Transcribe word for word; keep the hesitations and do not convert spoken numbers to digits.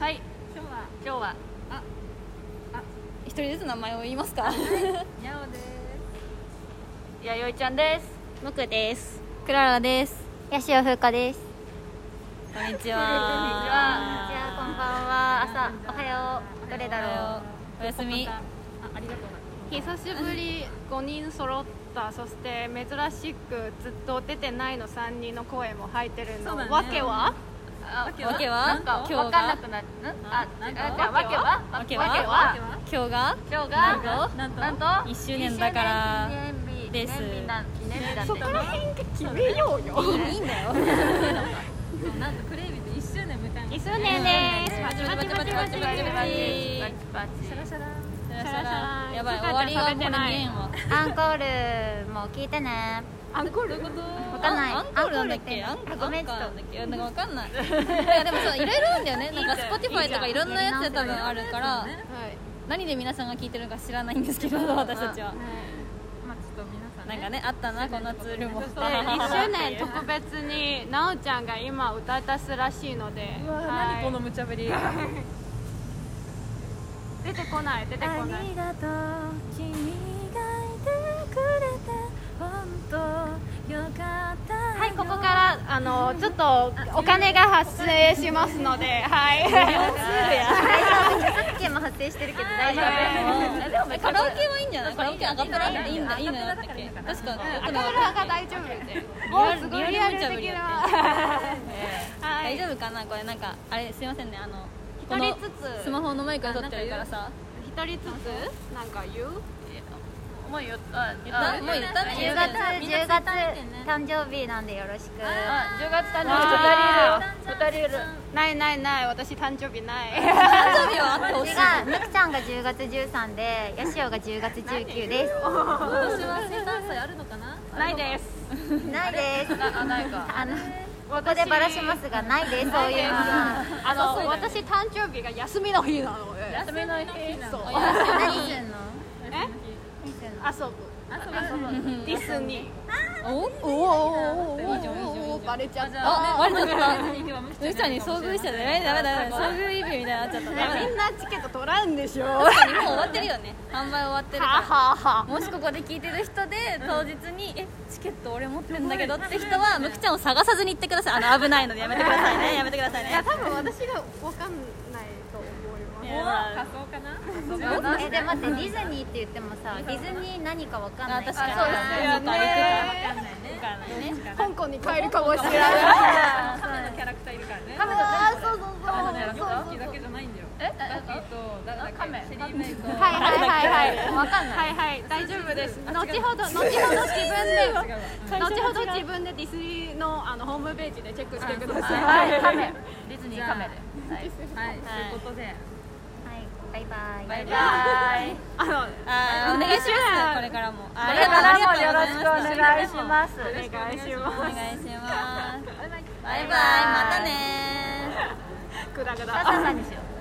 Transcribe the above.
はい、今日は今日はああ一人ずつ名前を言いますか。 にゃおです。やよいちゃんです。 むくです。 クララです。 やしおふうかです。 こんにちは。 こんにちは、こんばんは。朝、おはよう。どれだろう。 おやすみ。 あ、ありがとう。久しぶりごにん揃った。そして珍しくずっと出てないのさんにんの声も入ってるの。ね、わけは？ わけは？ なんか分かんなくなっあ、なんかわけは？ わけは？今日が？ 今日が？ なんといっしゅうねんだからです。 そこら辺が決めようよ。 いいんだよ。 なんとクレイビーでいっしゅうねん迎えます。 いっしゅうねんです。 バチバチバチバチバチバチバチ。 シャラシャラ。 シャラシャラ。やばい、終わりがこれ見えんわ。 アンコールも聞いてね。 アンコールどういうこと？ わかんない。 アンコールなんだっけ？アンコールごめんちょっと。 なんだっけ？なんかわかんない。いやでもそういろいろあるんだよね。なんか Spotify とかいろんなやつで多分あるから、何で皆さんが聞いてるのか知らないんですけど、私たちは。 まあちょっと皆さんなんかねあったなこんなツールも。 そしていっしゅうねん特別になおちゃんが今歌い出すらしいので。うわ何この無茶ぶり。出てこない出てこない。 ありがとう君がいてくれて本当よかった。 はい、ここからあのちょっとお金が発生しますので、はい。 著作権も発生してるけど大丈夫。 カラオケはいいんじゃない？カラオケアカペラっていいんだいいのだったっけ？確かアカペラが大丈夫で。もうすごいリアル的な。 大丈夫かなこれなんかあれすいませんねあの一人ずつスマホのマイクで撮ってるからさ一人ずつなんか言う？もう言った。 言ったもう言ったね。 じゅうがつじゅうがつ誕生日なんでよろしく。 あ、じゅうがつ誕生日ふたりいる。ふたりいる。ないないない私誕生日ない。 誕生日はあってほしい。 がむくちゃんがじゅうがつじゅうさんでやしおがじゅうがつじゅうくです。 私は生誕祭あるのかな？ ないです。 ないです。 あ、ないか。 あのここでバラしますがないです。そういうのは。 あの私誕生日が休みの日なので。 休みの日。 何すんそう。 の？ え？遊ぶ。遊ぶ。ディズニー。 お？おおおおバレちゃった。 あ、バレちゃった。むくちゃんに遭遇したね。ダメダメダメ。遭遇イベみたいになっちゃった。 みんなチケット取らんでしょ。 確かにもう終わってるよね。販売終わってるははは。 もしここで聞いてる人で当日にえチケット俺持ってんだけどって人はむくちゃんを探さずに行ってください。あの危ないのでやめてくださいね。やめてくださいね。 いや多分私がわかんないと思います。仮想かな？ えで待ってディズニーって言ってもさディズニー何かわかんない。 確かにそうですよね。香港に帰るかもしれない。 カメのキャラクターいるからね。 カメのあそうそうそう。 カメのキャラクターだけじゃないんだよ。え？カメ。シェリーメイク。 はいはいはいはい。わかんない。はいはい大丈夫です。後ほど後ほど自分で後ほど自分でディズニーのあのホームページでチェックしてください。はい。カメ。ディズニーカメで。はい。はい。ということで。 バイバイ。 バイバイ。あのあお願いします。これからも。 これからもよろしくお願いします。お願いします。 お願いします。バイバイまたね。 くだくだ。 さささんにしよう。